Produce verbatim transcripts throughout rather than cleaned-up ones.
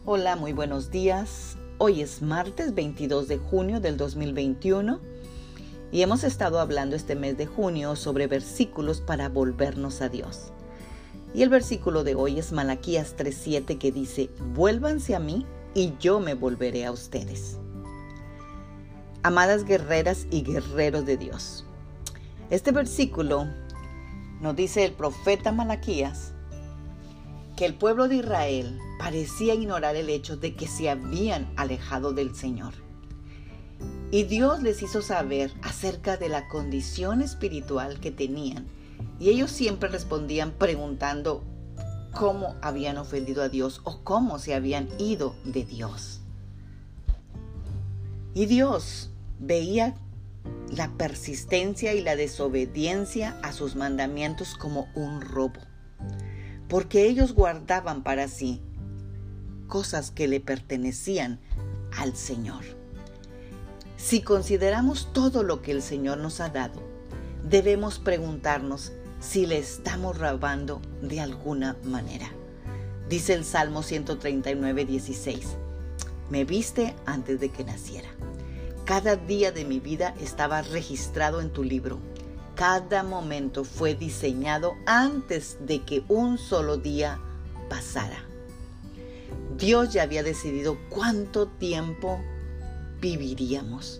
Hola, muy buenos días. Hoy es martes veintidós de junio del dos mil veintiuno y hemos estado hablando este mes de junio sobre versículos para volvernos a Dios. Y el versículo de hoy es Malaquías tres siete, que dice: vuélvanse a mí y yo me volveré a ustedes. Amadas guerreras y guerreros de Dios, este versículo nos dice el profeta Malaquías que el pueblo de Israel parecía ignorar el hecho de que se habían alejado del Señor. Y Dios les hizo saber acerca de la condición espiritual que tenían. Y ellos siempre respondían preguntando cómo habían ofendido a Dios o cómo se habían ido de Dios. Y Dios veía la persistencia y la desobediencia a sus mandamientos como un robo, porque ellos guardaban para sí cosas que le pertenecían al Señor. Si consideramos todo lo que el Señor nos ha dado, debemos preguntarnos si le estamos robando de alguna manera. Dice el Salmo ciento treinta y nueve, dieciséis: me viste antes de que naciera. Cada día de mi vida estaba registrado en tu libro. Cada momento fue diseñado antes de que un solo día pasara. Dios ya había decidido cuánto tiempo viviríamos.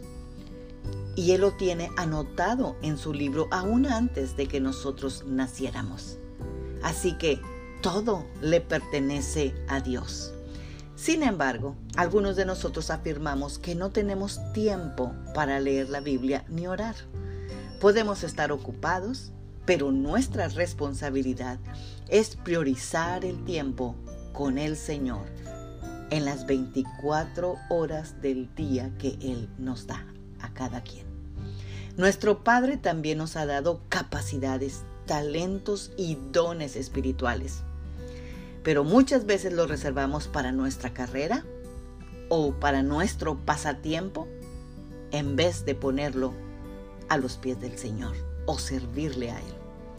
Y Él lo tiene anotado en su libro aún antes de que nosotros naciéramos. Así que todo le pertenece a Dios. Sin embargo, algunos de nosotros afirmamos que no tenemos tiempo para leer la Biblia ni orar. Podemos estar ocupados, pero nuestra responsabilidad es priorizar el tiempo con el Señor en las veinticuatro horas del día que Él nos da a cada quien. Nuestro Padre también nos ha dado capacidades, talentos y dones espirituales, pero muchas veces los reservamos para nuestra carrera o para nuestro pasatiempo en vez de ponerlo a los pies del Señor o servirle a Él.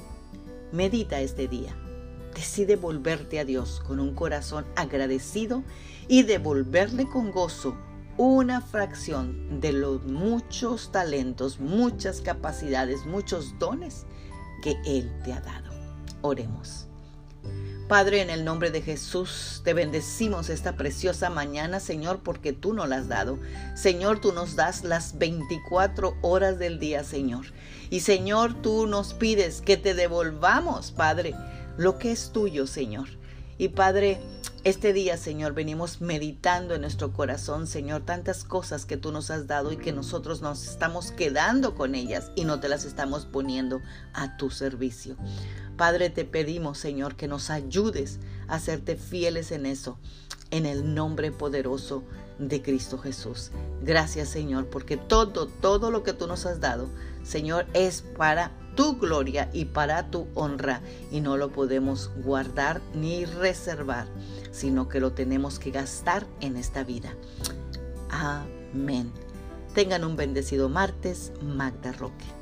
Medita este día. Decide volverte a Dios con un corazón agradecido y devolverle con gozo una fracción de los muchos talentos, muchas capacidades, muchos dones que Él te ha dado. Oremos. Padre, en el nombre de Jesús, te bendecimos esta preciosa mañana, Señor, porque tú nos la has dado. Señor, tú nos das las veinticuatro horas del día, Señor. Y Señor, tú nos pides que te devolvamos, Padre, lo que es tuyo, Señor. Y Padre, este día, Señor, venimos meditando en nuestro corazón, Señor, tantas cosas que tú nos has dado y que nosotros nos estamos quedando con ellas y no te las estamos poniendo a tu servicio. Padre, te pedimos, Señor, que nos ayudes a serte fieles en eso, en el nombre poderoso de Cristo Jesús. Gracias, Señor, porque todo, todo lo que tú nos has dado, Señor, es para tu gloria y para tu honra, y no lo podemos guardar ni reservar, sino que lo tenemos que gastar en esta vida. Amén. Tengan un bendecido martes. Magda Roque.